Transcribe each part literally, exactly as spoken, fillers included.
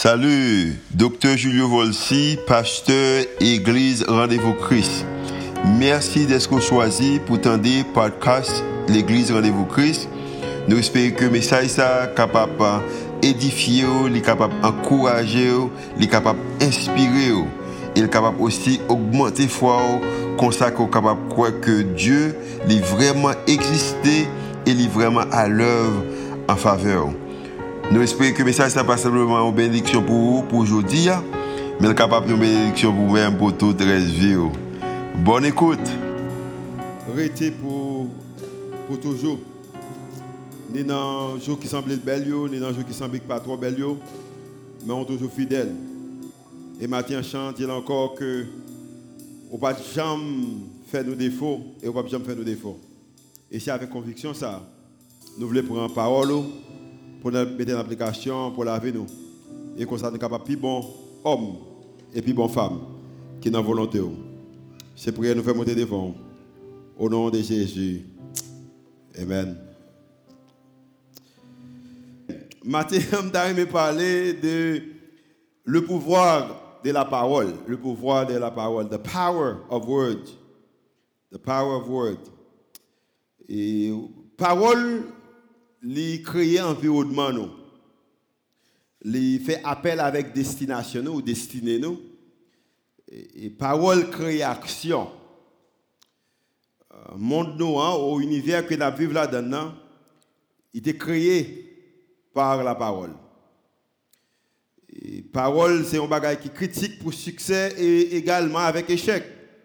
Salut, docteur Julio Volsi, pasteur Église Rendez-vous Christ. Merci d'être choisi pour tendre podcast l'Église Rendez-vous Christ. Nous espérons que le message est capable d'édifier, capable d'encourager, capable d'inspirer, et capable aussi d'augmenter la foi, comme ça qu'on est capable de croire que Dieu est vraiment existé et est vraiment à l'œuvre en faveur. Nous espérons que le message n'est pas simplement une bénédiction pour vous, pour aujourd'hui, mais capable de une bénédiction pour vous-même, pour toute la vie. Bonne écoute. Restez pour, pour toujours. Ni dans les jours qui semblent belles, ni dans les jours qui semblent pas trop belles, mais on est toujours fidèles. Et Mathieu chante, il encore que on ne peut jamais faire nos défauts et on ne peut jamais faire nos défauts. Et c'est avec conviction ça, nous voulons prendre parole pour mettre en application, pour laver nous. Et comme ça, nous sommes capables de plus bon homme et plus bon femme qui ont volonté. C'est pour nous faire monter devant. Au nom de Jésus. Amen. Matin, je vais parler de le pouvoir de la parole. Le pouvoir de la parole. The power of word. The power of word. Et parole, li crée environnement nous. Li fait appel avec destination nous ou destiné nous. Et, et parole crée action. Euh, monde nous hein, au univers que nous vivons là-dedans, il est créé par la parole. Et parole, c'est un bagage qui critique pour succès et également avec échec.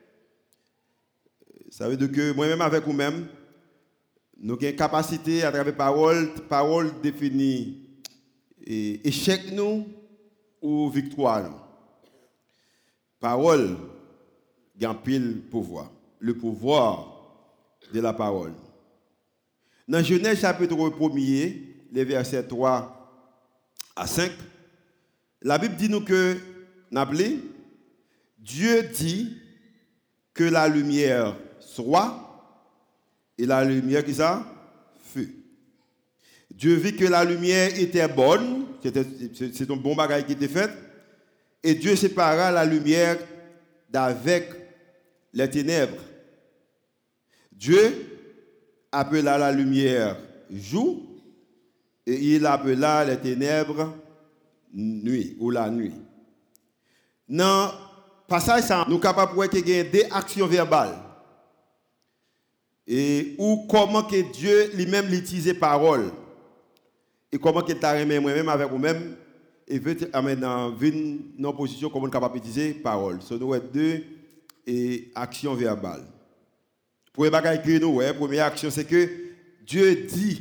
Ça veut dire que moi-même avec vous-même, nous avons une capacité à travers parole, parole définit échec nous ou victoire nous. Parole gagne pile pouvoir, le pouvoir de la parole. Dans Genèse chapitre un, les versets trois à cinq, la Bible dit nous que Dieu dit que la lumière soit. Et la lumière qui ça fut. Dieu vit que la lumière était bonne, c'était, c'est un bon bagage qui était fait, et Dieu sépara la lumière d'avec les ténèbres. Dieu appela la lumière jour, et il appela les ténèbres nuit, ou la nuit. Dans le passage, nous sommes capables de voir qu'il y a des actions verbales. Et ou comment que Dieu lui-même l'utilise parole et comment que t'a remis moi-même avec vous-même et veut amener dans une position comment capable d'utiliser parole. So nous avons deux et action verbale. Pour les bagages que nous ouais, première action c'est que Dieu dit.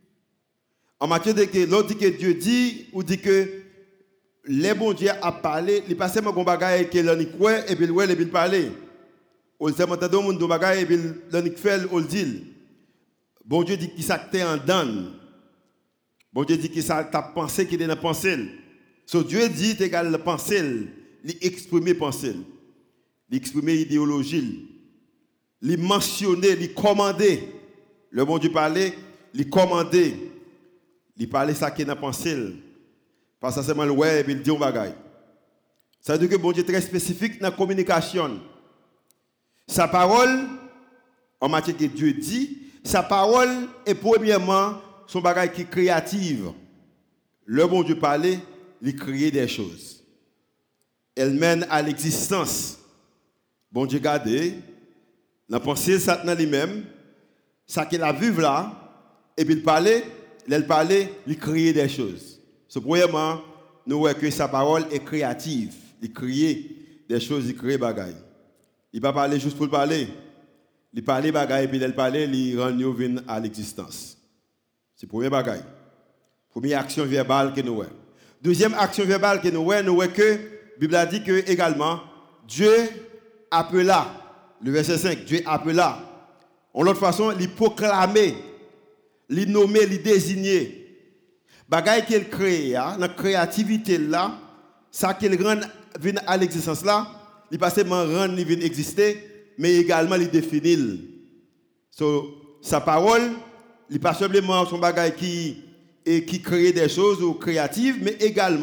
En matière de que l'autre dit que Dieu dit ou dit que les bons Dieu a parlé, il passe mon bagage que l'on y croit et puis ouais, il parler. On s'est monté dans mon bagage et puis l'on fait on dit. Bon Dieu dit qu'il s'acte en donne. Bon Dieu dit qu'il ça t'a pensé qu'il est dans pensée. So Dieu dit égal la pensée, il exprimer pensée. Il exprimer idéologie. Il mentionner, il commander. Le bon Dieu parlait, il commander. Il parlait ça qui est dans pensée. Parce que c'est seulement le ouais et puis il dit un bagage. Ça veut dire que bon Dieu est très spécifique dans la communication. Sa parole, en matière que Dieu dit, sa parole est premièrement son bagage qui est créative. Le bon Dieu parlait, il crée des choses. Elle mène à l'existence. Bon Dieu garde, la pensée, ça dans lui-même, ça qu'il a vu là, et puis il parlait, il parlait, il crée des choses. So, premièrement, nous voyons que sa parole est créative. Il crée des choses, il crée des bagages. Il ne va pas parler juste pour parler. Il parle des bagages et puis il parle, il rend nous à l'existence. C'est le premier bagage. Première action verbale que nous voyons. Deuxième action verbale que nous voyons, nous voyons que la Bible a dit que également, Dieu appela, le verset cinq, Dieu appela. En l'autre façon, il proclamait, il nommait, il désignait. Bagage qu'il crée, dans la créativité là, ça qu'il rend à l'existence là, il pas seulement rendre il exister, mais également il définit. So, sa parole, il pas simplement son bagage qui et qui crée des choses ou créatives, mais également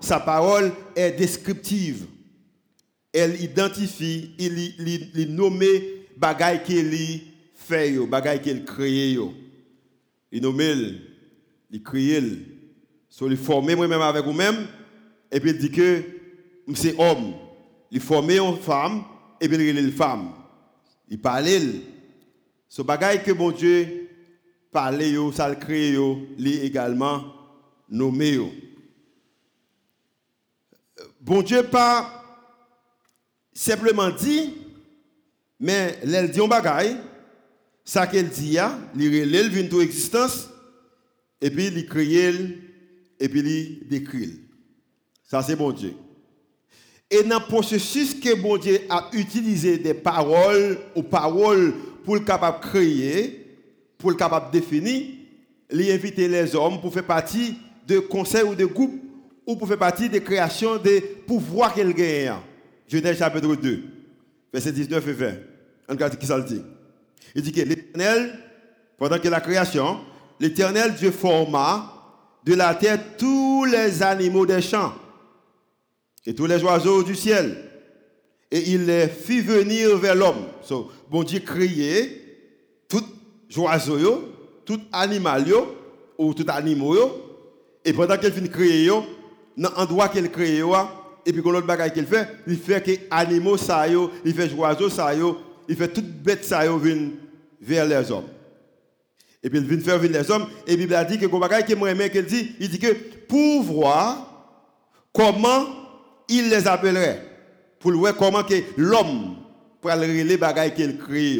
sa parole est descriptive. Elle identifie, il, il, il nomme bagaille qu'elle fait, bagaille qu'elle crée. Il nomme, il crée, so, il forme moi-même avec vous-même, et puis il dit que c'est homme. Il forme une femme, et puis il est une femme. Il parle. Ce bagaille que bon Dieu parle, ça le crée, il est également nommé. Bon Dieu pas simplement dit, mais elle dit un bagaille, ça qu'elle dit, il relève vient toute existence, et puis il crée, et puis il décrit. Ça c'est bon Dieu. Et dans le processus que bon Dieu a utilisé des paroles ou paroles pour le capable de créer, pour le capable de définir, il invite les hommes pour faire partie de conseils ou de groupes ou pour faire partie des créations des pouvoirs qu'elle gagne. Genèse chapitre deux, versets dix-neuf et vingt. On regarde qui ça le dit. Il dit que l'Éternel, pendant que la création, l'Éternel Dieu forma de la terre tous les animaux des champs et tous les oiseaux du ciel. Et il les fit venir vers l'homme. So, bon Dieu créé tout oiseau, tout animal ou tout animal. Et pendant qu'elle finit de créer, dans l'endroit qu'elle crée, et puis quand l'autre bagaille qu'elle fait, il fait que les animaux, ça, il fait les oiseaux, ça, il fait toutes les bêtes ça, viennent vers les hommes. Et puis il vient faire venir les hommes. Et la Bible a dit que le bagaille que moi aime qu'elle dit, il dit que pour voir comment il les appellerait, pour voir comment que l'homme pourra les bagailles qu'elle crée.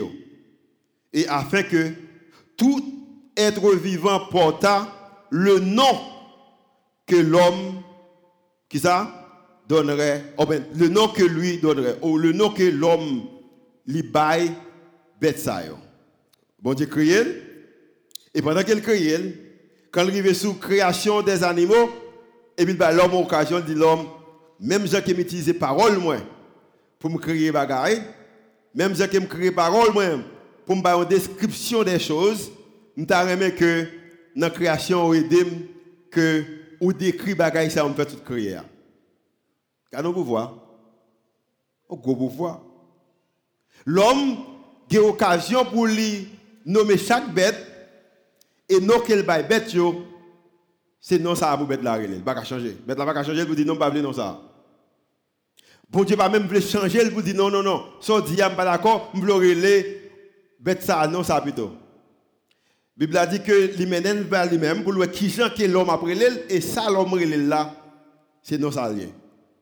Et afin que tout être vivant porta le nom que l'homme, qui ça, donnerait, ou bien, le nom que lui donnerait, ou le nom que l'homme lui baille, bête ça. Bon Dieu créé, et pendant qu'il crée, quand il arrive sous création des animaux, et puis l'homme a l'occasion de dire l'homme, même gens qui m'utilisent parole moi pour me créer bagaille, même gens qui me créent parole moi pour me faire une description des choses, je t'aimerais que dans la création ou aider que ou décrit bagaille ça on fait tout créer. Car nous pouvoir, au gros pouvoir. L'homme a l'occasion pour lui nommer chaque bête et non qu'elle baille bête yo, c'est non ça pour bête la relève, pas changer. Bête la pas changer pour dire non pas non ça. Bon Dieu pas même veut changer pour dire non non non, so dit pas d'accord, me relève bête ça non ça plutôt. La Bible a dit que l'imenen va lui-même pour lui qui gens que l'homme a pris et ça l'homme relève là, c'est non ça rien.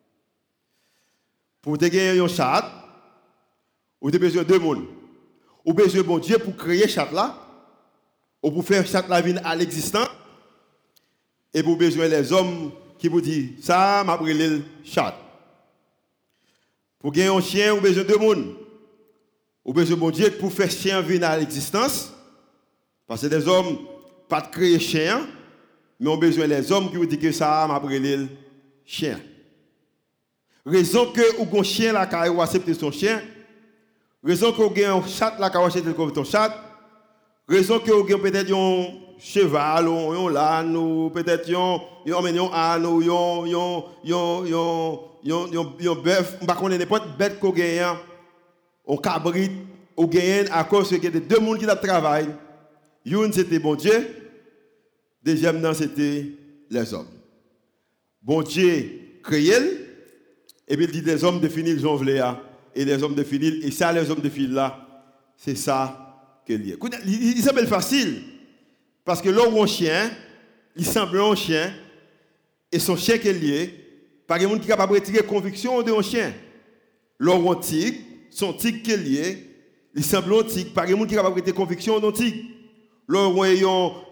Pour te gagner un chat, ou tu as besoin de deux mondes. Ou besoin de bon Dieu pour créer chat là, ou pour faire chat la vie à l'existence. Et pour besoin les hommes qui vous disent ça m'a brûlé le chat. Pour gagner un chien, ou besoin de deux mondes. Ou besoin de bon Dieu pour faire chien venir à l'existence. Parce que les hommes pas de créer chien, mais on besoin les hommes qui vous disent que ça m'a brûlé le chien. Raison que ou gon chien la ka ou accepter son chien, raison que ou gen un chat la ka ou accepter comme ton chat, raison que ou gen peut-être un cheval ou un l'âne ou peut-être un un âne ou un un un un un bœuf, on pas connaît n'importe bête qu'on gagne, un cabrit ou gagne à cause que des deux monde qui la travaillent. Une c'était bon Dieu, deuxième non c'était les hommes. Bon Dieu créé. Et puis il dit les hommes définis ils ont voulu et les hommes définis et ça les hommes définis là c'est ça que lié. Il, il semble facile parce que là où un chien il semble un chien et son chien qui est lié par exemple qui est capable de retirer conviction de un chien. Là où un tigre son tigre qui est lié il semble un tigre par exemple qui est capable de retirer conviction d'un tigre. Là où un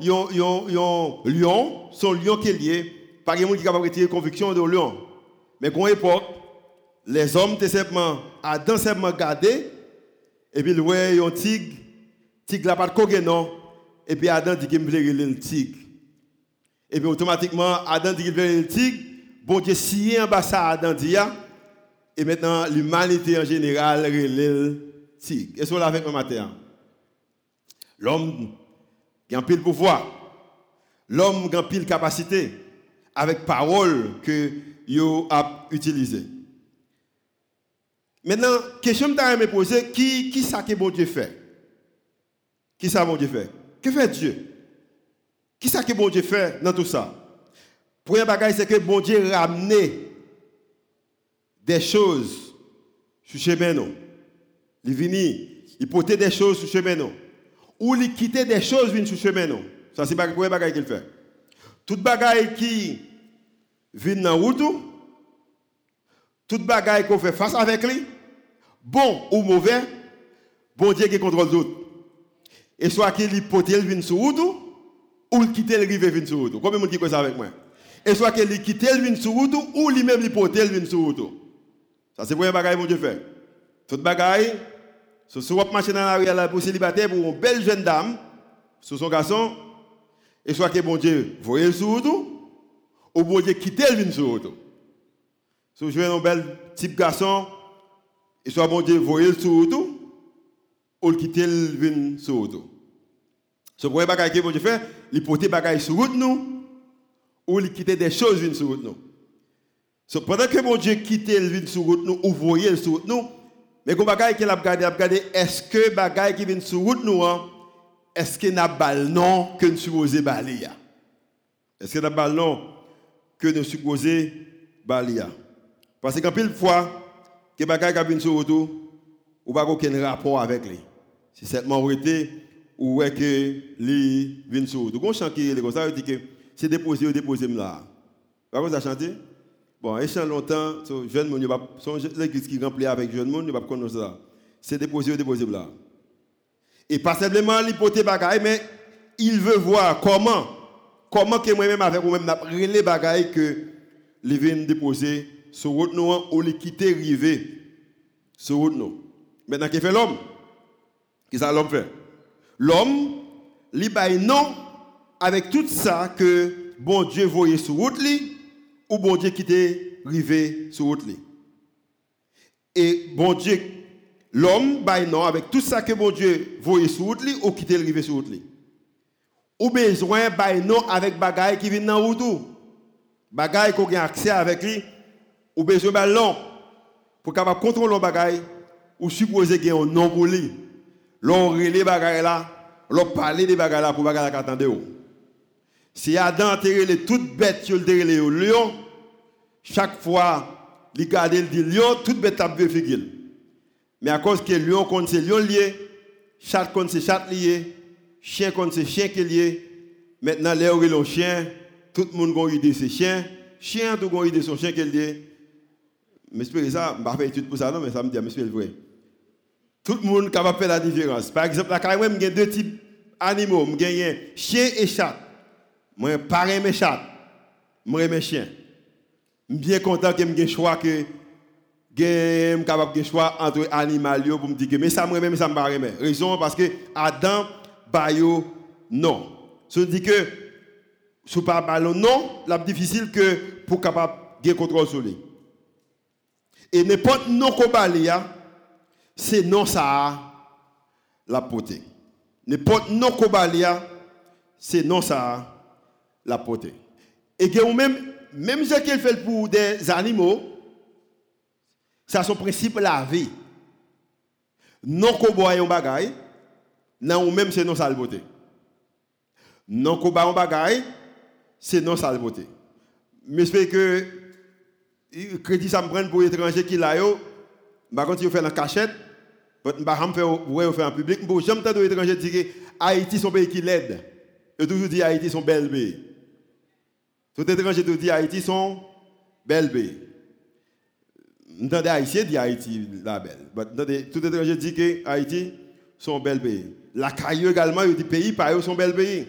lion son lion qui est lié par exemple qui est capable de retirer conviction d'un lion. Mais quand époque les hommes étaient simplement, Adam simplement gardé, et puis le ouais, un tigre, tigre n'a pas de coquin, non, et puis Adam dit qu'il voulait le tigre. Et puis automatiquement, Adam dit qu'il voulait le tigre, bon Dieu, si en bas ça, Adam dit, et maintenant l'humanité en général, le tigre. Est-ce qu'on l'a avec un matin? L'homme qui a un pile pouvoir, l'homme qui a un pile capacité, avec parole que yo a utilisé. Maintenant, question que je me poser, qui qui ça que bon Dieu fait? Qui ça bon Dieu fait? Que fait Dieu? Qui ça que bon Dieu fait dans tout ça? Premier bagage c'est que bon Dieu ramener des choses sur chemin nous. Il vini, il portait des choses sur chemin nous. Ou il quitter des choses sur chemin nous. Ça c'est le premier bagage qu'il fait. Tout bagage qui vient dans la route, tout bagage qu'on fait face avec lui, bon ou mauvais, bon Dieu qui contrôle tout. Et soit qu'il porte le vin sur route ou il quitte le rive vin sur route. Combien de monde qui ça avec moi? Et soit qu'il quitte le vin sur route ou lui-même il porte le vin sur route. Ça c'est le premier bagage que bon Dieu fait. Tout bagage, si vous marchez dans la rue pour célibataire pour une belle jeune dame, sur son garçon, et soit que bon Dieu voyez le sur route ou bon Dieu quitte le vin sur route. Si vous jouez un bel type garçon, et soit bon Dieu voyez le sur route ou quitter le vin sur route. Ce premier bagage que bon Dieu fait, il porte des bagages sur route nous ou il quitte des choses vin sur route nous. So, pendant que mon Dieu quitte le vin sur route nous ou voyez le sur route nous, mais comme bagage qu'il a regardé, a regardé est-ce que bagage qui vient sur route nous est-ce qu'il n'a pas le nom que nous supposons balayer? Est-ce qu'il n'a pas le nom que nous supposons balayer? Parce qu'en pile fois que bagage qui vient sur route ou pas aucun rapport avec lui. C'est certainement été ou est que lui vient sur route. Quand chante qui est comme ça, il dit que c'est déposé ou déposé là. Pas comme ça chanter? Bon, et chante longtemps, so, jeune monde, son l'église qui remplit avec jeune monde, il va pas connaître ça. C'est déposé ou déposé là. Et pas simplement il porter bagaille, mais il veut voir comment, comment que moi-même avec ou même n'a les bagailles que les viennent déposer sur route nous ou les quitter river sur route nous. Maintenant qu'est fait l'homme? Qu'est-ce que l'homme fait? L'homme, il baille non avec tout ça que bon Dieu voyait sur route li ou bon Dieu quitter river sur route li. Et bon Dieu l'homme baille non avec tout ça que bon Dieu voyait sur route li ou quitter river sur route li. Ou besoin baille non avec bagaille qui vient dans route ou bagaille qu'on a accès avec lui ou besoin baille non pour capable contrôler bagaille ou supposer qu'il y a un nom pour lui. L'on relève bagaille là, l'on parler des bagailles là pour bagaille là qu'attendez ou. Si Adam enterré les toutes bêtes sur le lion, chaque fois il garde le dit lion, toute bête tape figure. Mais à cause que lion contre c'est lion lié, chat contre c'est chat lié, chien contre c'est chien qui lié. Maintenant les ont chien, tout le monde a idée c'est chien, chien tout a idée son chien qui lié. Mais c'est ça, je ne vais pas faire étude pour ça non, mais ça me dit mais c'est vrai. Tout le monde est capable de faire la différence. Par exemple, là, quand même, il y a deux types d'animaux. Il y a chien et chat. Moi, pareil mes chats. Moi, mes chiens. Je suis bien content que j'ai choix que je suis capable de choix entre animaux pour me dire que mais ça me remet, mais ça me pas remet. Raison parce que Adam, Bayo, non. Ça dit que sous pas ballon non, c'est difficile que pour capable de contrôle sur lui. Et n'importe non qu'on balia, c'est non ça la potée. N'importe non qu'on balia, c'est non ça la potée. Et que même même ce qu'il fait pour des animaux, c'est son principe la vie. Non qu'on boit un bagaille, non ou même c'est non ça la potée. Non qu'on boit un bagaille, c'est non ça la potée. Mais j'espère que crédit ça me prend pour étranger qui là yo, par contre il fait la cachette, bah me faire ouais faire en public, bon j'aime tant d'étrangers dire que Haïti son pays qui l'aide. Et toujours dit Haïti son bel pays. Tout étranger te dit Haïti son bel pays. M'entendez haïtien dit Haïti la belle. Tout étranger dit que Haïti son bel pays. La Caillou également il dit pays par eux son bel pays.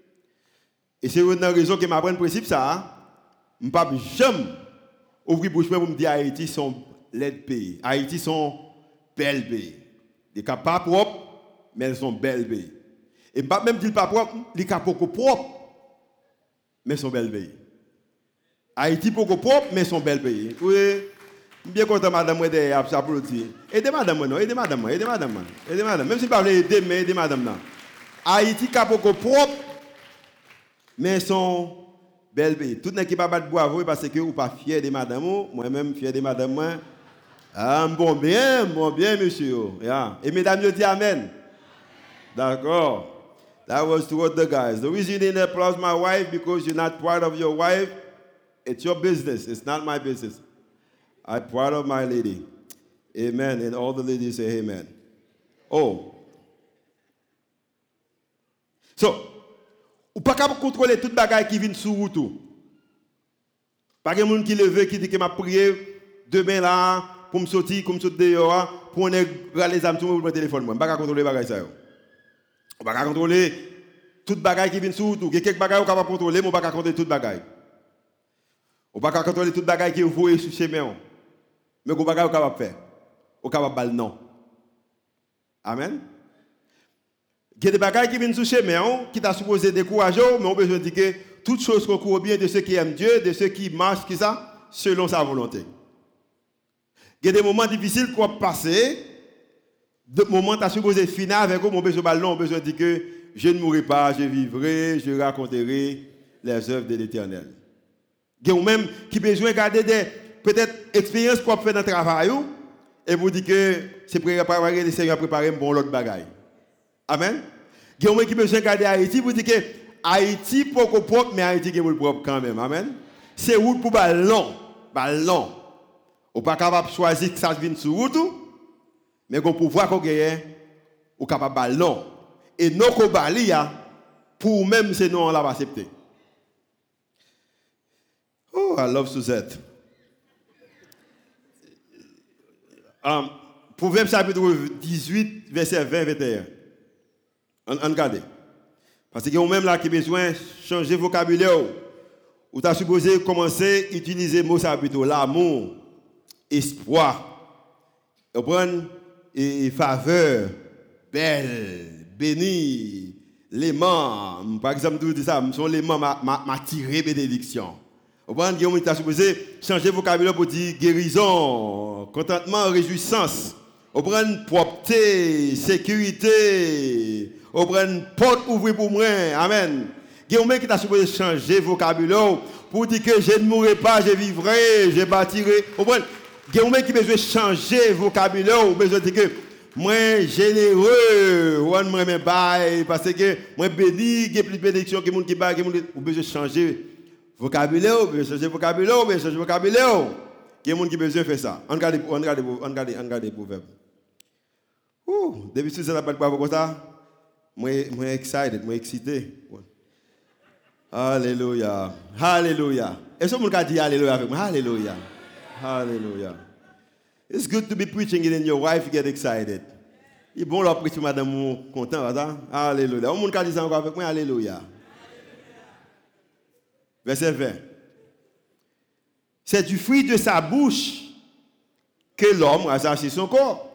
Et c'est une raison que m'apprendre principe ça, me pas jamais ouvrir bouche pour me dire Haïti son l'aide pays. Haïti son bel pays. Des cas pas propres mais elles sont belles pays. Et pas même dire pas propre, les cas beaucoup propres mais sont belles pays. Haïti beaucoup propre mais sont belles pays. Oui, bien content madame moi de applaudir. Aidez madame non, aidez madame, aidez madame. Aidez madame, même si pas aider mais aidez madame là. Haïti cas beaucoup propre mais sont Bel pays. Tout le monde qui pas battre bravo parce que vous pas fier de madame, moi-même fier de madame moi. Ah, bon bien, bon bien monsieur. Yeah. Et mesdames, je dis amen. D'accord. That was toward the guys. The reason you didn't applaud my wife because you're not proud of your wife. It's your business. It's not my business. I'm proud of my lady. Amen. And all the ladies say amen. Oh. So, ou pas capable contrôler toute bagaille qui vient sur route. Pas de monde qui levé qui dit que m'a prié demain là pour me sortir comme sortir dehors pour on les âmes sur mon téléphone moi. Pas contrôler bagaille ça. On pas contrôler toute bagaille qui vient sur route. Quelques bagaille on capable contrôler, mais on pas contrôler toute bagaille. On pas contrôler toute bagaille qui voyez sur chemin. Mais on pas capable faire. On capable bal non. Amen. Il y a des bagages qui viennent sur le chemin, qui t'a supposé décourager, mais on a besoin de dire que toutes choses concourent bien de ceux qui aiment Dieu, de ceux qui marchent qui ça, selon sa volonté. Il y a des moments difficiles qu'on va passer, des moments qui supposé finir avec eux, mais on a besoin de on a besoin de dire que je ne mourrai pas, je vivrai, je raconterai les œuvres de l'Éternel. Il y a même qui besoin de garder des peut-être expériences qu'on fait dans le travail, et vous dire que c'est préparer le Seigneur préparer un bon lot de bagages. Amen. Il y a un qui besoin de garder Haïti pour dire que Haïti pas propre, mais Haïti est propre quand même. Amen. C'est route pour ballon. Ballon. On n'est pas capable de choisir que ça vienne sur route, mais qu'on pouvoir qu'on gagne, on est capable de ballon. Et nos cobali, pour même ces noms, on l'a accepté. Oh, I love Suzette. Um, Proverbe chapitre dix-huit, verset vingt vingt et un. On, on regarde. Parce qu'il y a même là qui a besoin de changer le vocabulaire. Ou tu as supposé commencer à utiliser le mot chapitre, l'amour, espoir, et faveur, belle, béni, l'aimant. Par exemple, tu dis ça, l'aimant m'a tiré bénédiction. Ou bien, tu as supposé changer le vocabulaire pour dire guérison, contentement, réjouissance. Ou bien, propreté, sécurité. Ou bien, porte ouverte pour moi. Amen. Il y a un mec qui t'a supposé changer le vocabulaire pour dire que je ne mourrai pas, je vivrai, je bâtirai. Ou bien, il y a un mec qui a besoin de changer le vocabulaire, ou besoin de dire que moi généreux, ou moi me bail, parce que moi béni, il y a plus de bénédiction que les gens qui baillent, ou besoin de changer le vocabulaire, ou besoin de changer le vocabulaire, ou besoin de changer le vocabulaire. Il y a des gens qui ont besoin de faire ça. On regarde, on regarde, on regarde, on regarde les proverbes. Ouh, depuis que ça n'a pas de comme ça, moi, moi excited, moi excité. Alléluia, Alléluia. Est-ce que vous avez dit Alléluia avec moi? Alléluia, Alléluia. It's good to be preaching it and your wife get excited. Il est bon là prêcher madame content, ça? Alléluia. Vous avez dit ça encore avec moi? Alléluia. Verset vingt. C'est du fruit de sa bouche que l'homme a arraché son corps.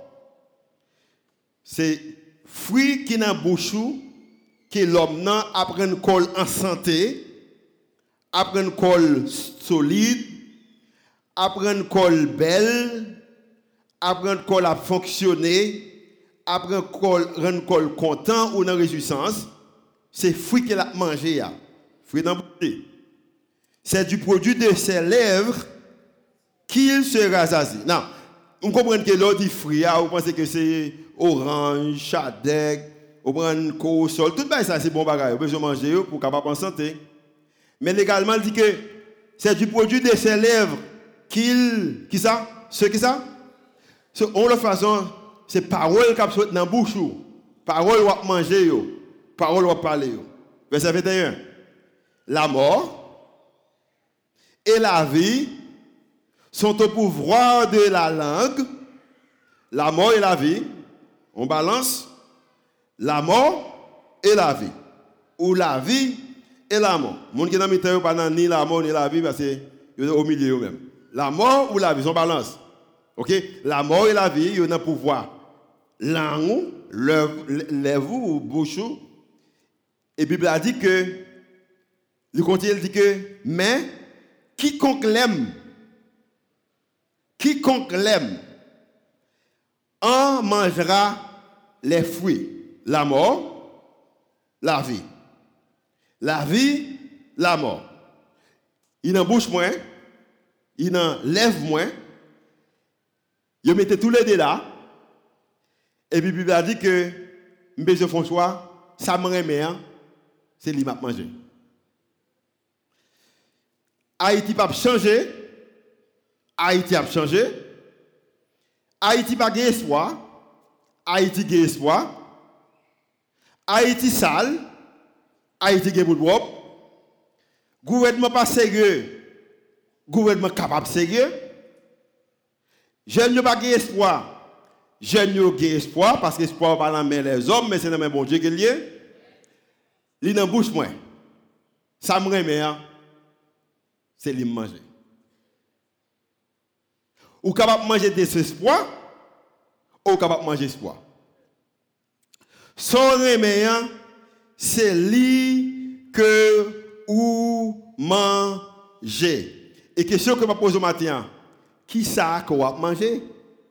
C'est fruit qui n'a bouche que l'homme n'a apprend une col en santé, apprend une col solide, apprend une col belle, apprend une col à fonctionner, apprend une col content ou dans réjouissance. C'est fruit qu'il a mangé. Fruit dans bouche. C'est du produit de ses lèvres qu'il se rassasie. Non, on comprend que l'autre dit fruit, vous pensez que c'est orange, chadec, on prend corosol, tout ça c'est bon bagage, on peut manger pour capable en santé. Mais légalement il dit que c'est du produit de ses lèvres qu'il qui ça, ce qui ça. On le façon c'est parole qui sortent dans bouche, parole va manger yo, parole va parler yo. Verset vingt et un. La mort et la vie sont au pouvoir de la langue. La mort et la vie, on balance la mort et la vie. Ou la vie et la mort. Mon qui n'a pas ni la mort ni la vie parce que au milieu même. La mort ou la vie, on balance. OK? La mort et la vie, ils ont un pouvoir. Langue, lèvres ou bouche. Et la Bible a dit que le continue dit que mais quiconque l'aime, quiconque l'aime, en mangera les fruits. La mort, la vie. La vie, la mort. il en bouche moins, il en lève moins. Il mettait tous les deux là. Et puis, la Bible a dit que, M. François, ça me remet, c'est lui qui m'a mangé. Haïti n'a pas changé. Haïti a changé. Haïti n'a pas gagné espoir. Haïti a gagné espoir. Haïti sale. Haïti a gagné propre. Gouvernement pas sérieux. Gouvernement capable sérieux. Jeunes n'ont pas gagné espoir. Jeunes n'ont gagné espoir parce que l'espoir pas dans la main des hommes, mais c'est dans la main bon Dieu qui est lié. Li nan bouche moi. Ça me remet, c'est lui manger. Ou capable manger des espoirs, ou capable manger espoir. Son remet, c'est lui que ou manger. Et question que je pose au matin, qui ça qu'on va manger?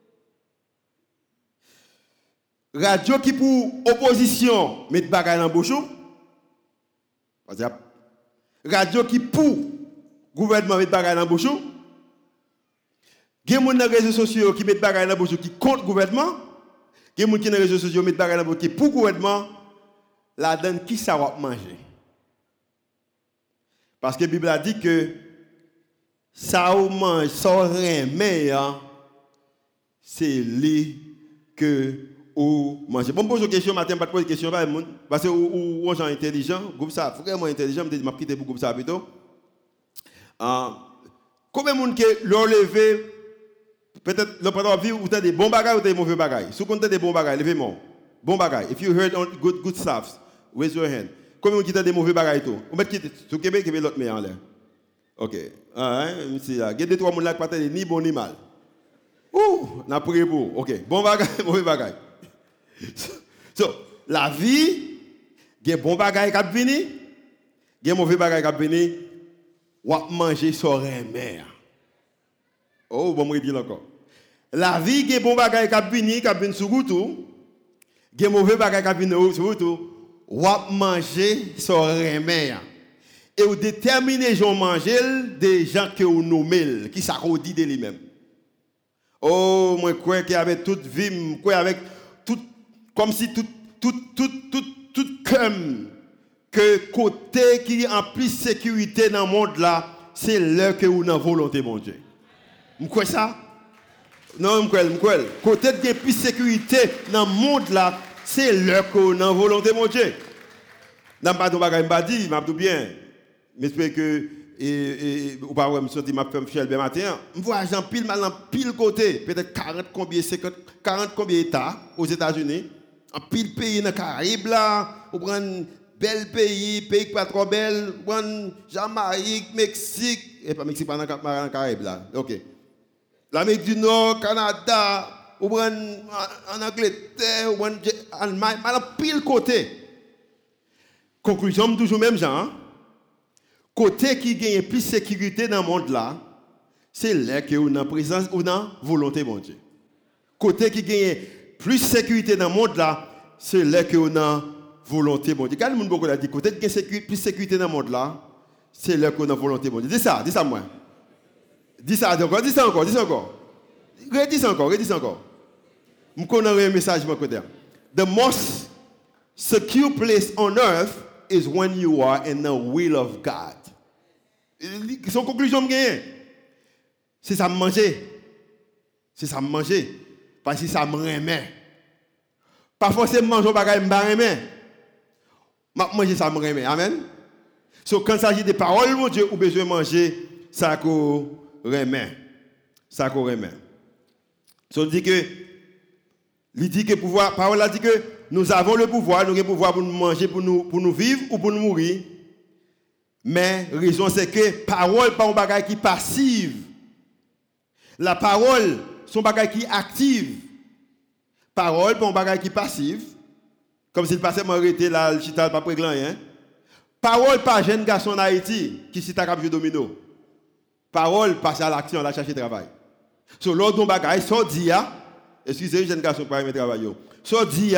Radio qui pour opposition met bagay dans bouche. Radio qui pour gouvernement met bagay dans bouche. Gen moun dans réseaux sociaux qui met bagay dans bouche qui contre gouvernement. Gen moun qui dans réseaux sociaux met bagay dans bouche qui pour gouvernement. La donne qui ça va manger. Parce que la Bible a dit que ça ou mange, ça remet, c'est lui que ou manger. Bon, pose une question matin, pas de poser question pas monde parce que ou ou gens intelligents, groupe ça vraiment intelligent, me dit m'a quitter pour groupe ça plutôt. Euh combien de monde que leur lever peut-être le pendant vie ou t'as des bons bagages ou des mauvais bagages. Si vous comptez des bons bagages, levez-moi. Bon bagages. If you heard on good good stuff, raise your hand. Combien de monde qui t'as des mauvais bagages tout? On met quitter sur Québec qui met l'autre main en l'air. OK. Ah hein, c'est là. Il y a deux trois monde là qui pas ni bon ni mal. Ouh, n'a prié pour. OK. Bon bagages, mauvais bagages. So, la vie, il y a bon bagaille qui vient, il y a mauvais bagaille qui vient, ou à manger sur remer. Oh, bon, je dis encore. La vie, il y a bon bagaille qui vient, qui vient sur route, il y a mauvais bagaille qui vient sur route, ou à manger sur remer. Et vous déterminez les manger des gens que vous nommez, qui s'accordent de lui-même. Oh, moi, je crois qu'avec toute vie, je crois avec comme si tout, tout, tout, tout, tout comme que côté qui est en plus sécurité dans le monde là, c'est là que vous avez volonté, mon Dieu. Vous croyez ça? Non, je crois, je crois. Côté qui est plus sécurité dans le monde là, c'est là que vous avez volonté, mon Dieu. Dans pas de bagage, je dis, je dis bien. J'espère que, et, et, ou pas, je me suis dit, je me suis fait matin. Je vois j'en pile mal en pile côté, peut-être quarante combien, cinquante, quarante combien États aux États-Unis. En pile pays dans les Caraïbes là, ou prendre bel pays, pays pas trop bel, ou prendre Jamaïque, Mexique, et pas Mexique, pas dans les Caraïbes là. OK. L'Amérique du Nord, Canada, ou prendre en Angleterre, ou prendre en Allemagne, en pile côté. Conclusion toujours même genre. Côté qui gagne plus de sécurité dans le monde là, c'est là que on a présence ou dans volonté mon Dieu. Côté qui gagne plus de sécurité dans le monde là, c'est là que on a volonté mon Dieu. Quand le monde beaucoup a dit côté qui gagne plus de sécurité dans le monde là, c'est là qu'on a volonté mon Dieu. Dis ça, dis ça moi. Dis ça encore, dis ça encore, dis ça encore. Redis ça encore, redis ça encore. Je connais un message moi côté. The most secure place on earth is when you are in the will of God. Son conclusion gagne. C'est ça me manger. C'est ça me manger. Parce que ça me remet. Pas forcément manger bagay me remet. M'a manger ça me remet. Amen. So quand il s'agit des paroles mon Dieu, ou besoin manger ça qu'on remet. Ça qu'on remet. So dit que il dit que pouvoir parole a dit que nous avons le pouvoir, nous avons le pouvoir pour nous manger, pour nous, pour nous vivre ou pour nous mourir. Mais la raison c'est que parole pas un bagage qui passive. La parole, son bagage qui active. Parole pas un bagage qui passive. Comme s'il passait m'arrêter là, le chita pas préglant hein. Parole pas jeune garçon en Haïti qui s'est à jouer domino. Parole passe à l'action, là chercher travail. So l'autre bagage so dit excusez jeune garçon pas aimer travail yo. So dit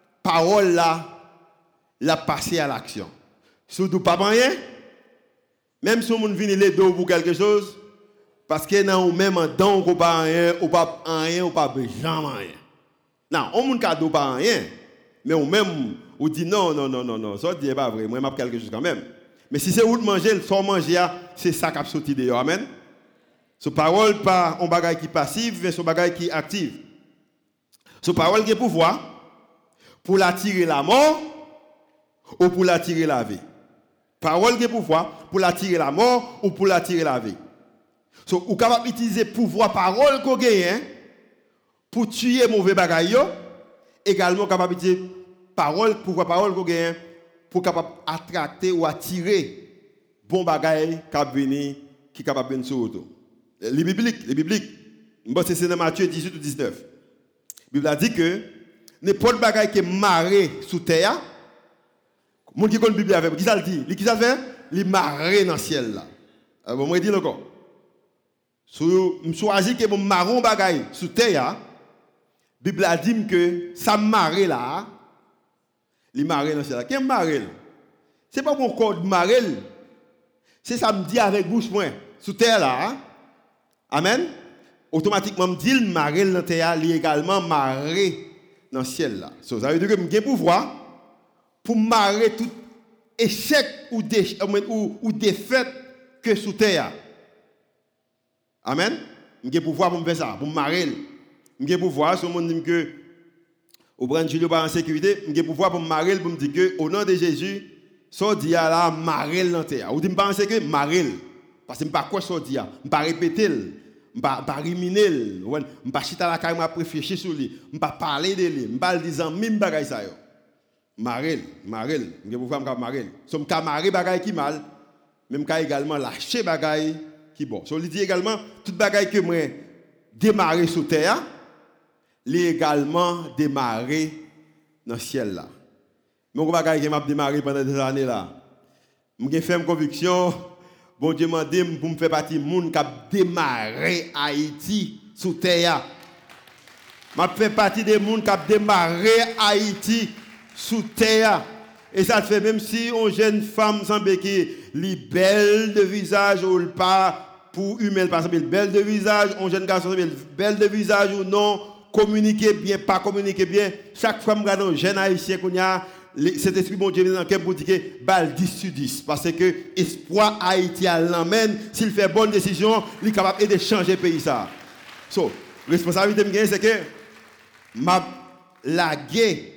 parole là, la passer à l'action. Surtout pas rien, Même si on vient les deux pour quelque chose, parce que dans même en dedans, on pas rien, ou pas rien, ou pas jamais rien. Non, on ne cadeau pas rien, mais on même, on dit non, non, non, non, non, ça dit pas vrai, moi, je quelque chose quand même. Mais si c'est où de manger, sans manger, c'est ça qui a sorti dehors. Amen. Ce parole pas un bagage qui passif, mais ce bagage qui active. Ce parole qui a pouvoir pour l'attirer la mort ou pour l'attirer la vie. Parole qui a pouvoir pour l'attirer la mort ou pour l'attirer la vie. So, ou capable d'utiliser pouvoir parole qu'on gagne pour tuer mauvais bagage également capable d'utiliser parole pouvoir parole qu'on gagne pour capable attracter ou attirer bon bagage qui venir qui capable venir sur auto. Les bibliques, les bibliques. Bon c'est dans Matthieu dix-huit ou dix-neuf. La Bible a dit que n'importe bagage qui est marré sous terre, monde qui connaît la Bible avec, qui ça le dit? Qui ça fait? Il marré dans le ciel là. Ah bon, moi dis encore. Si je choisis que mon marron bagay sous terre, la Bible a dit que ça marre là, il marre dans le ciel. Qu'est-ce que marre? Ce n'est pas mon corps de marre. C'est ça me dit avec bouche moi sous terre là. Amen. Automatiquement me dit le marre dans la terre, il également marre dans le ciel là. So, ça veut dire que j'ai pouvoir pour marrer tout échec ou, dé, ou, ou défaite que sous terre. Amen. J'ai pouvoir pour me faire ça, pour me marrer. J'ai pouvoir, si on me dit que au brand Julio pas en sécurité, j'ai pouvoir pour me marrer, pour me dire que au nom de Jésus, ça dit à la marrer dans terre. Ou dit me penser que marrer parce que me pas quoi ça dit, me pas répéter, me pas pas ruminer, me pas chita la caille, me réfléchir sur lui, me pas parler de lui, me pas dire même bagay ça yo. Marrer, marrer, j'ai pouvoir me marrer. So me ka marrer bagay qui mal, même ka également lâcher bagay qui bon. So il dit également toute bagaille que moi démarrer sous terre, li également démarrer dans le ciel là. Mon bagaille que m'a démarrer pendant des années là. M'ai fait une conviction, bon Dieu m'a dit pour me faire partie monde qui a démarré Haïti sous terre. M'a fait partie des monde qui a démarré Haïti sous terre. Et ça fait même si une jeune femme semble qui est belle de visage ou pas pour humain, par exemple, belle de visage, un jeune garçon, belle de visage ou non, communiquer bien, pas communiquer bien. Chaque fois que je regarde un jeune haïtien, cet esprit bon Dieu dans lequel pour dire que balle dix sur dix. Parce que espoir haïtien l'emmène, s'il fait bonne décision, il est capable de changer le pays. Ça. So, responsabilité, c'est que ma laguer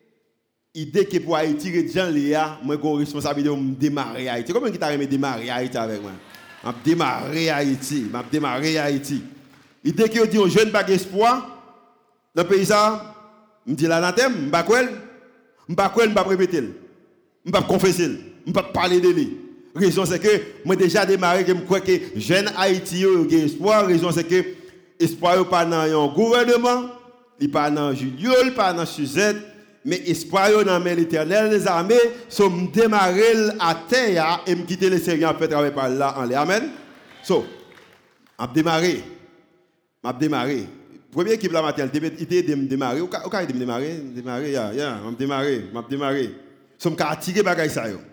idée que pour Haïti, les gens, moi, j'ai une responsabilité de démarrer Haïti. Comment tu as démarrer Haïti avec moi? Je démarrer Haïti. Je démarrer Haïti. Idée que dit aux jeunes pas d'espoir, dans le pays, ça, je dis l'anathème, je ne sais pas quoi, je ne sais pas quoi, je ne sais pas répéter, je ne sais pas confesser, je ne sais pas parler de lui. La raison c'est que moi déjà démarré, je crois que jeunes Haïti ont espoir. La raison c'est que espoir n'est pas dans un gouvernement, il n'est pas dans Julio, il n'est pas dans Suzette. Mais espoir dans l'éternel des armées, so me démarrer à terre et me quitter le Seigneur fait travailler par là en l'air. Amen. So, m'a démarrer. M'a démarrer. Première équipe la matin, il était de me démarrer. Ou quand il me démarrer, démarrer ya, ya, m'a démarrer, m'a démarrer. So me attirer bagay ça yo.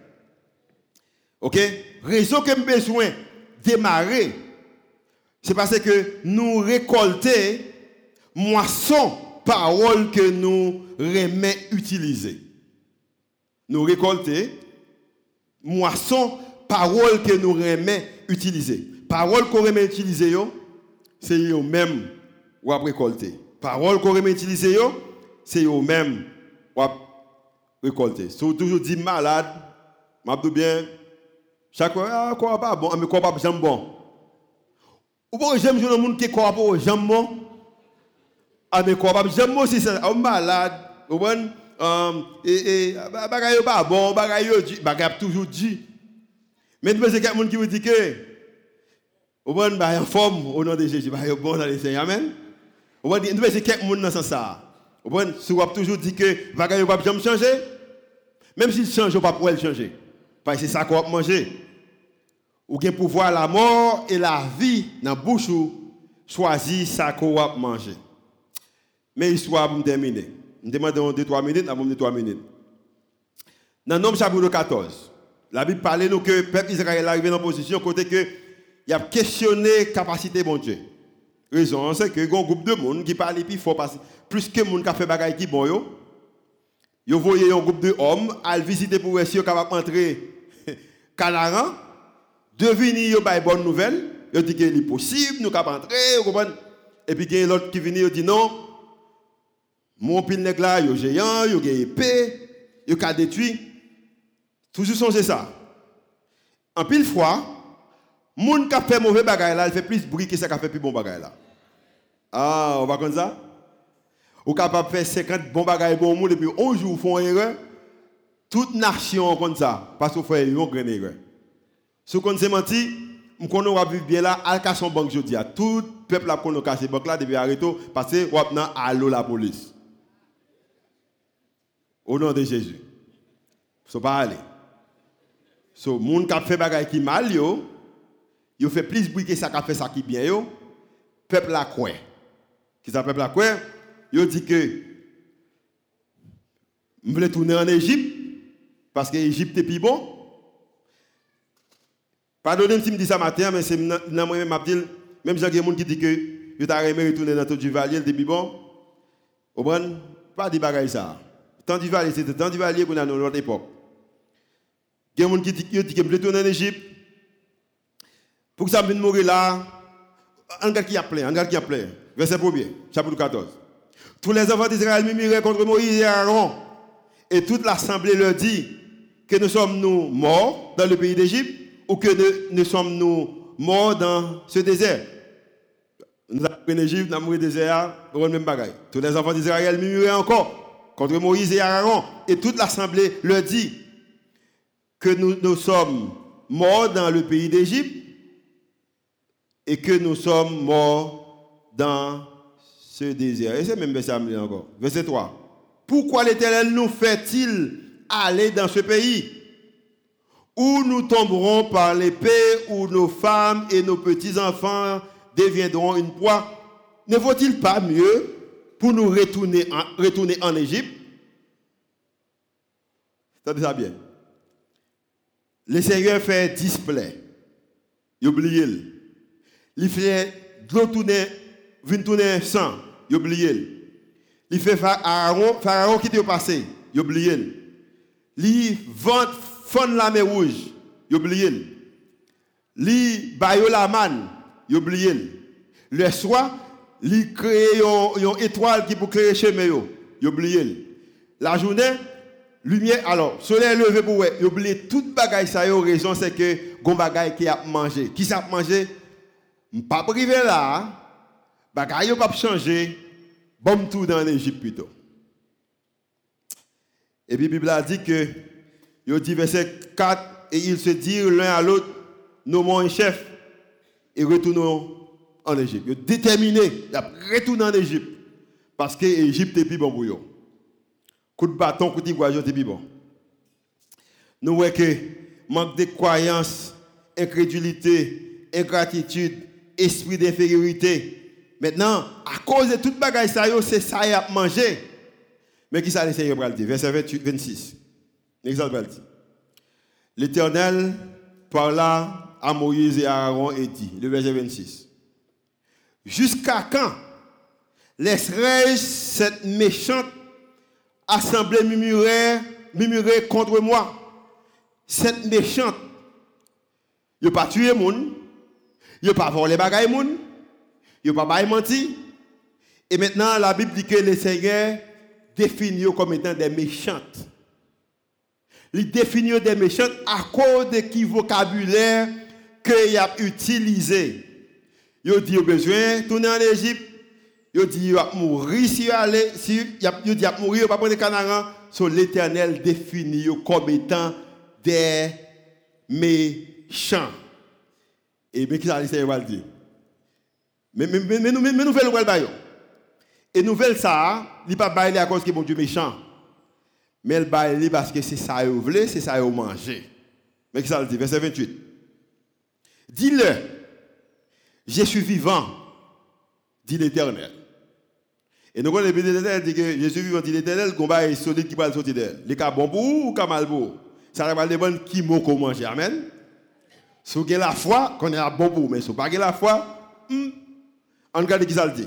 OK? Raison que me besoin démarrer. C'est parce que nous récolter moisson parole que nous remet utiliser. Nous récolter moisson parole que nous remet utiliser. Parole qu'on remet utiliser c'est eux même ou récolter. Parole qu'on remet utiliser c'est eux même ou récolter. Si vous toujours dit malade, m'a dit bien chaque fois ah quoi pas bon mais quoi pas jamais bon. Ou bon j'aime jouer monde qui quoi pas jamais bon. Ah mais quoi, j'aime aussi ça, un malade, ou bon, et et bagaille pas bon, bagaille bagaille toujours dit. Mais c'est quelqu'un qui vous dit que, ou bon, bah en forme au nom de Jésus, bah bon dans le Seigneur, amen. Ou bon, c'est quelqu'un dans ce sens ça. Ou bon, si vous toujours dit que bagaille pas jamais changer, même s'il change, pas pour elle changer, parce que c'est ça qu'on va manger. Ou bien pouvoir la mort et la vie dans bouche ou choisir ça qu'on va manger. Mais histoire pour me terminer. Je demande deux trois minutes, avant de trois minutes. Dans Nombre chapitre quatorze, La Bible parle nous que le peuple Israël est arrivé dans une position côté que il a questionné la capacité de mon Dieu. Raison, c'est que il y a un groupe de monde qui parle plus fort, plus que monde qui a fait bagaille qui bon yo. Yo voyez un groupe de hommes à visiter pour essayer de capable entrer Canaan, devenir yo bail bonne nouvelle, yo dit que c'est possible, nous capable entrer, vous comprenez? Et puis il y a l'autre qui vient yo dit non. Mon pile nèg là, yo géant, yo gen épée, yo ka détruit. Toujours songer ça. En pile fois, moun qui fait mauvais bagay là, il fait plus bruit que ça qui fait plus bon bagay là. Ah, on va comme ça? Ou capable de faire cinquante bons bagages bon monde et puis un jour font erreur. Toute nation comme ça parce qu'on fait une grande erreur. Si on s'est menti, on va vivre bien là, à casser son banque jodi a. Tout peuple a qu'on casse banque là depuis arrêter parce que on a allo la police. Au nom de Jésus. Faut pas aller. So moun qui fait bagaille qui mal yo, yo fait plus bruit que ça qui fait ça qui bien yo. Peuple la quoi. Qui ça peuple la quoi? Yo dit que je voulais tourner en Égypte parce que l'Égypte est plus bon. Pardonnez-moi si je dis ça matin, mais c'est dans moi-même, même si il y a des gens qui disent que je t'ai aimé retourner dans le du Valier, c'est plus bon. Au bon, pas de bagaille ça. Temps du Valier, c'était temps du Valier qu'on a dans notre époque. Il y a des gens qui disent que je voulais tourner en Égypte. Pour que ça me mourir là, on regarde qui a plein, on regarde qui a plein. Verset premier, chapitre quatorze. Tous les enfants d'Israël murmuraient contre Moïse et Aaron. Et toute l'assemblée leur dit que nous sommes nous morts dans le pays d'Égypte ou que nous, nous sommes nous morts dans ce désert. Nous avons pris l'Égypte, nous avons pris le désert, nous avons le même bagaille. Tous les enfants d'Israël murmuraient encore contre Moïse et Aaron. Et toute l'assemblée leur dit que nous, nous sommes morts dans le pays d'Égypte et que nous sommes morts dans ce désert. Et c'est même verset encore. Verset trois. Pourquoi l'Éternel nous fait-il aller dans ce pays où nous tomberons par l'épée, où nos femmes et nos petits-enfants deviendront une proie? Ne vaut-il pas mieux pour nous retourner en, retourner en Égypte? Attendez ça bien. Le Seigneur fait display. Il oublie. Il fait de l'eau tourner, vient tourner sang. Il oublie. Il fait Pharaon, Pharaon qui est passé. Il oublie. Il vend fond la mer rouge. Il oublie. Il baille la manne. Il oublie. Le soir, il crée une étoile qui pour créer chemin. Il oublie. La journée, lumière, alors, soleil levé pour ouais, il oublie toute bagaille ça yo raison c'est que gon bagaille qui a mangé. Qui ça mangé? Pas privé là. Bagaille yo pas changer. Bon tout dans l'Égypte plutôt. Et puis la Bible a dit que il dit verset quatre et ils se dirent l'un à l'autre nommons un chef et retournons en Égypte. Ils sont déterminés à retourner en Égypte parce que l'Égypte est plus bon pour eux. Coup de bâton, coup de voyage, c'est plus bon. Nous voyons que manque de croyance, incrédulité, ingratitude, esprit d'infériorité. Maintenant, à cause de toute bagaille ça, c'est ça y a mangé. Mais qui ça le Seigneur va dire? Verset vingt-huit, vingt-six. L'exemple va dire. L'Éternel parla à Moïse et à Aaron et dit, le verset vingt-six. Jusqu'à quand laisserai-je cette méchante assemblée murmurer, murmurer contre moi? Cette méchante, il n'a pas tué moun, il n'a pas volé bagaille moun, il n'a pas menti. Et maintenant, la Bible dit que le Seigneur définit comme étant des méchantes. Il définit des méchantes à cause de qui vocabulaire qu'il a utilisé. Il dit qu'il a besoin de tourner en Égypte. Il dit qu'il va mourir si il allait. Il dit qu'il va mourir, il va prendre le Canaan. So, l'Éternel définit comme étant des méchants. Et bien, qui ça, le Seigneur va le dire? Mais, mais, mais, mais, mais, mais nouvelle ou elle et nouvelle ça, il pas bailler à cause que mon Dieu méchant. Mais elle baille parce que c'est ça vous voulez, c'est ça vous mangez. Mais qui ça le dit verset vingt-huit. Dis-le, je suis vivant, dit l'Éternel. Et nous connaissons l'Éternel dit que je suis vivant, dit l'Éternel, le combat est solide qui va sortir d'elle. Les cas bon pour ou cas mal pour. Ça va dépendre qui mot qu'on mange. Amen. Si vous avez la foi, qu'on est à bon bout. Mais si vous n'avez pas la foi, hmm, on regarde qui ça le dit.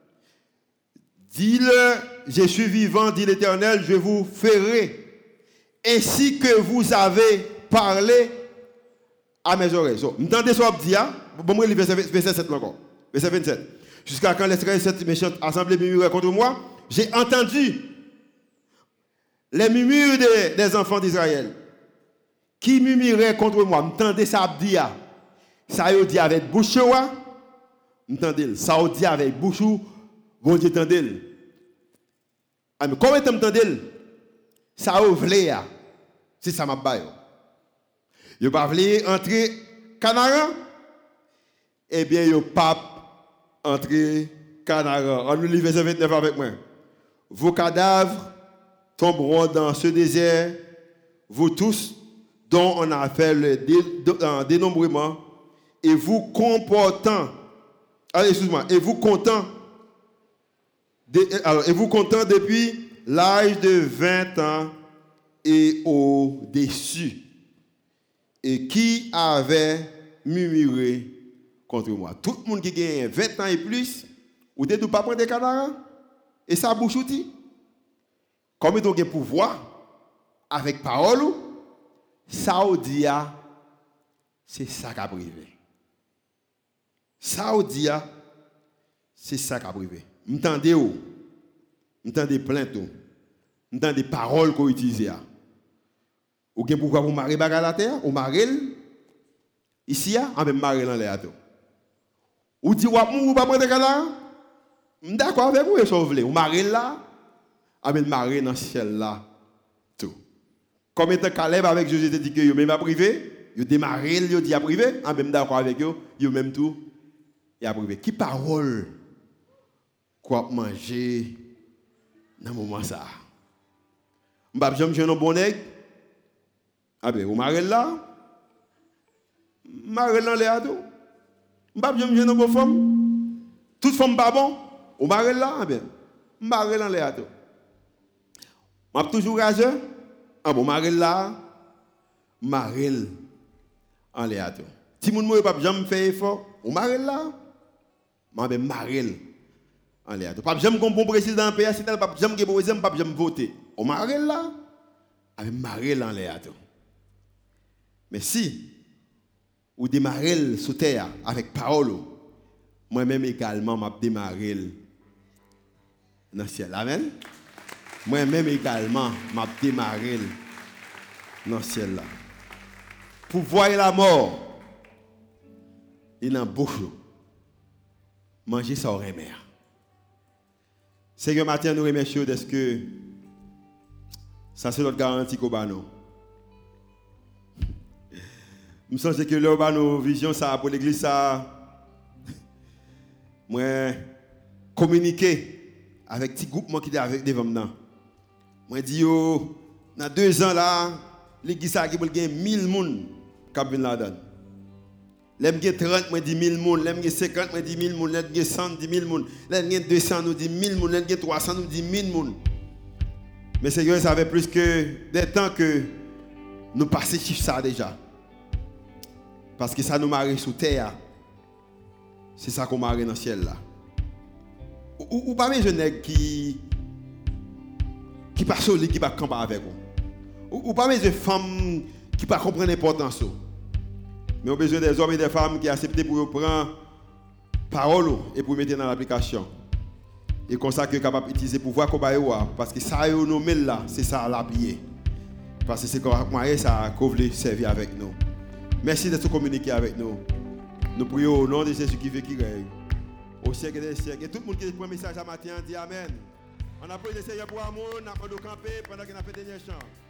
Dis-le, je suis vivant, dit l'Éternel, je vous ferai ainsi que vous avez parlé à mes oreilles. So, m'entendez ce que je dis, bon, moi, verset, verset sept encore. Verset vingt-sept. Jusqu'à quand l'Israël, cette méchante assemblée murmurait contre moi, j'ai entendu les murmures des, des enfants d'Israël qui murmuraient contre moi. M'entendez ça dit, ça y dit avec bouche, m'entendez, ça y dit avec bouche, bon Dieu t'entendez. Ah, mais comment t'entendez? Ça y voulait, c'est ça m'a baillé. Yo pas voulu entrer Canara, eh bien yo pas entrer Canara. On nous lit verset vingt-neuf avec moi. Vos cadavres tomberont dans ce désert, vous tous dont on a fait le dénombrement, et vous comportant, allez, excuse-moi, et vous comptant, de, alors, et vous comptant depuis l'âge de vingt ans et au-dessus. Et qui avait murmuré contre moi. Tout le monde qui gagne vingt ans et plus, ou ne pas prendre des cadavres, et ça bouche outil. Comme ils ont le pouvoir, avec parole, ça dit, c'est ça qui a privé. Ça dit, c'est ça qui a privé. M'entendez où? M'entendez plainte où? M'entendez paroles qu'on utilise. Ou bien pourquoi vous marrez bagarre la terre, ou marrez ici, on même marrez dans l'air. Ou dit, ou pas prendre cadavre? D'accord avec vous, et ça vous voulez. Ou marrez là, on même marrez dans le ciel là. Tout. Comme étant Caleb avec Josué dit que vous même à privé, vous démarrez, vous dit à privé, on même d'accord avec vous, vous même tout, et à privé. Qui parole quoi manger dans le moment ça? Je ne vais pas un bon nègre. Ah ben, vous marrez là, marrez dans les ados. Je ne vais pas un bon femme. Toute femme pas bon, vous marrez là, ah ben, marrez dans les ados. Je suis toujours rageux. Ah bon, marrez là, marrez en les ados. Si vous ne pouvez pas faire effort, vous marrez là, je vais marrez en les ados. Pas jamais comme bon président en P A, c'est pas jamais que président, pas jamais voter. Vous marrez là, je vais marrez en les ados. Mais si vous démarrez sous terre avec parole, moi-même également, je démarré dans le ciel. Amen. Moi-même également, je démarré dans le ciel. Là. Pour voir la mort, il y a un bouche. Manger ça au remet. Seigneur, matin, nous remercions de ce que ça, c'est notre garantie qu'on a. Je me sens que là, on a nos visions ça, pour l'église, ça. Moi, communiquer avec petit groupement qui est avec devant moi. Moi, dis yo, dans deux ans là, l'église a gagné mille personnes qui viennent là-dedans. L'aime gagné trente, moi dis mille personnes. L'aime gagné cinquante, moi dis mille personnes. L'aime gagné cent, dis mille personnes. L'aime gagné deux cents, nous dit mille personnes. L'aime gagné trois cents, nous dit mille personnes. Mais Seigneur, ça fait plus que des temps que nous passons chiffre ça déjà. Parce que ça nous marie sous terre. C'est ça qu'on marie dans le ciel là. Ou, ou pas mes jeunes qui qui passent au lit, qui ne camper avec vous. Ou, ou pas mes femmes qui ne comprennent pas l'importance. Mais on a besoin des hommes et des femmes qui acceptent pour prendre parole et pour mettre dans l'application. Et comme ça que capable d'utiliser le pouvoir qu'on a. Parce que ça nous nommé là, c'est ça à l'appuyer. Parce que c'est comme ça qu'on veut servir avec nous. Merci d'être communiqué avec nous. Nous prions au nom de Jésus qui veut qui règne. Au siècle des siècles. Et tout le monde qui prend un message à matin dit Amen. On a prié le Seigneur pour amour, on a camper pendant qu'on a fait des derniers chants.